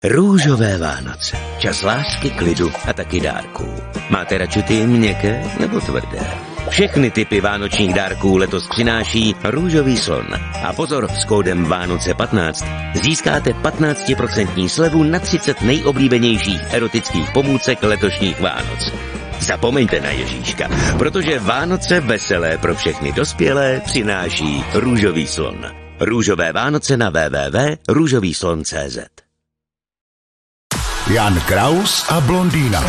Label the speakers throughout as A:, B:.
A: Růžové Vánoce. Čas lásky, klidu a taky dárků. Máte radši ty měkké nebo tvrdé? Všechny typy vánočních dárků letos přináší Růžový slon. A pozor, s kódem Vánoce 15 získáte 15% slevu na 30 nejoblíbenějších erotických pomůcek letošních Vánoc. Zapomeňte na Ježíška, protože Vánoce veselé pro všechny dospělé přináší Růžový slon. Růžové Vánoce na www.růžovýslon.cz.
B: Jan Kraus a blondýna.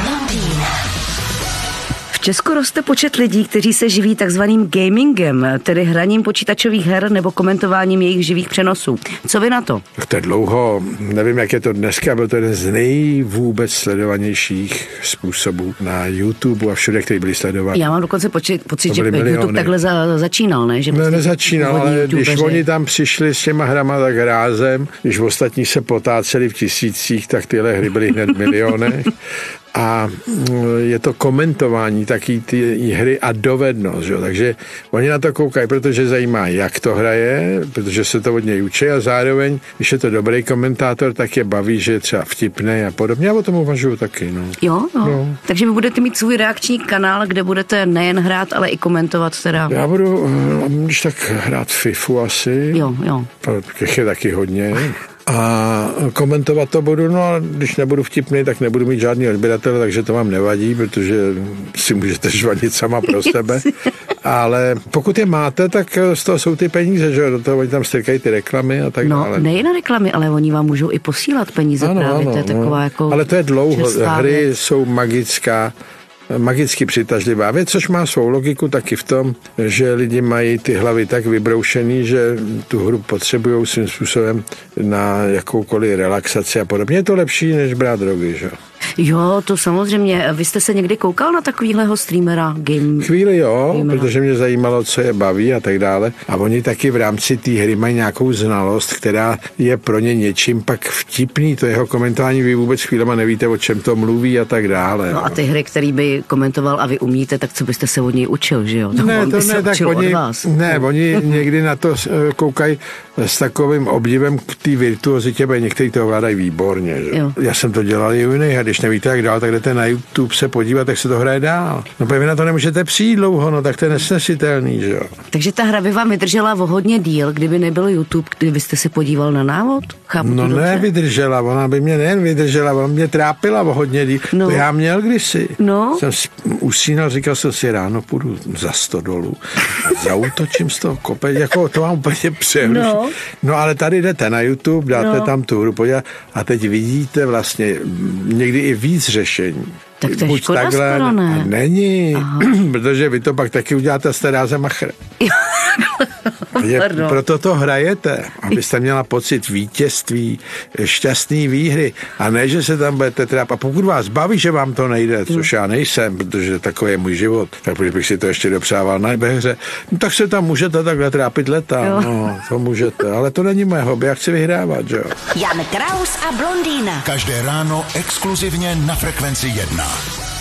C: V Česku roste počet lidí, kteří se živí takzvaným gamingem, tedy hraním počítačových her nebo komentováním jejich živých přenosů. Co vy na to?
D: To je dlouho, nevím, jak je to dneska, byl to jeden z nejvůbec sledovanějších způsobů na YouTube a všude, který byli sledovaní.
C: Já mám dokonce pocit, že YouTube takhle začínal, ne? Že
D: nezačínal, ale když oni tam přišli s těma hrama tak rázem, když ostatní se potáceli v tisících, tak tyhle hry byly hned milionech. A je to komentování taky ty hry a dovednost, že? Takže oni na to koukají, protože zajímá, jak to hraje, protože se to od něj učí a zároveň, když je to dobrý komentátor, tak je baví, že je třeba vtipný a podobně. Já o tom uvažuju taky. No.
C: Jo. Takže vy budete mít svůj reakční kanál, kde budete nejen hrát, ale i komentovat teda.
D: Já budu, když tak hrát FIFU asi.
C: Jo.
D: Těch je taky hodně. A komentovat to budu, no a když nebudu vtipný, tak nebudu mít žádný odběratel, takže to vám nevadí, protože si můžete žvanit sama pro sebe. Ale pokud je máte, tak z toho jsou ty peníze, že do toho oni tam strkají ty reklamy a tak dále.
C: No, nejen reklamy, ale oni vám můžou i posílat peníze právě, to je taková jako...
D: Ale to je dlouho, hry jsou magicky přitažlivá věc, což má svou logiku taky v tom, že lidi mají ty hlavy tak vybroušený, že tu hru potřebují svým způsobem na jakoukoliv relaxaci a podobně. Je to lepší, než brát drogy, že?
C: Jo, to samozřejmě. Vy jste se někdy koukal na takovýhleho streamera?
D: Chvíli jo, protože mě zajímalo, co je baví a tak dále. A oni taky v rámci té hry mají nějakou znalost, která je pro ně něčím pak vtipný. To jeho komentování, vy vůbec chvílema nevíte, o čem to mluví a tak dále.
C: No a ty hry, který by komentoval a vy umíte, tak co byste se od něj učil, že jo?
D: Oni někdy na to koukají s takovým obdivem k té virtuozitě, protože někteří to ovládají výborně. Že? Já jsem to dělal i u jiných a když nevíte, jak dál, tak jdete na YouTube se podívat, jak se to hraje dál. No vy na to nemůžete přijít dlouho, no tak to je nesnesitelný, že jo.
C: Takže ta hra by vám vydržela o hodně díl, kdyby nebyl YouTube, kdybyste se podíval na návod? Chápu to dobře?
D: Nevydržela, ona by mě nejen vydržela, ona mě trápila o hodně díl. No. To já měl kdysi.
C: No.
D: Jsem usínal, říkal jsem si, ráno půjdu za 100 dolů a zautočím z toho kope, jako to vám úplně přeruší. No ale tady jdete na YouTube, dáte tam tu hru podívat a teď vidíte vlastně někdy i víc řešení.
C: Tak to je škoda skoro, ne?
D: Není, protože vy to pak taky uděláte, jste rázem machr. Proto to hrajete, abyste měla pocit vítězství, šťastný výhry a ne, že se tam budete trápit. A pokud vás baví, že vám to nejde, což já nejsem, protože takový je můj život, tak když bych si to ještě dopřával na hře, no, tak se tam můžete takhle trápit leta. No, to můžete, ale to není moje hobby, já chci vyhrávat, že jo.
B: Jan Kraus a blondýna. Každé ráno exkluzivně na Frekvenci 1.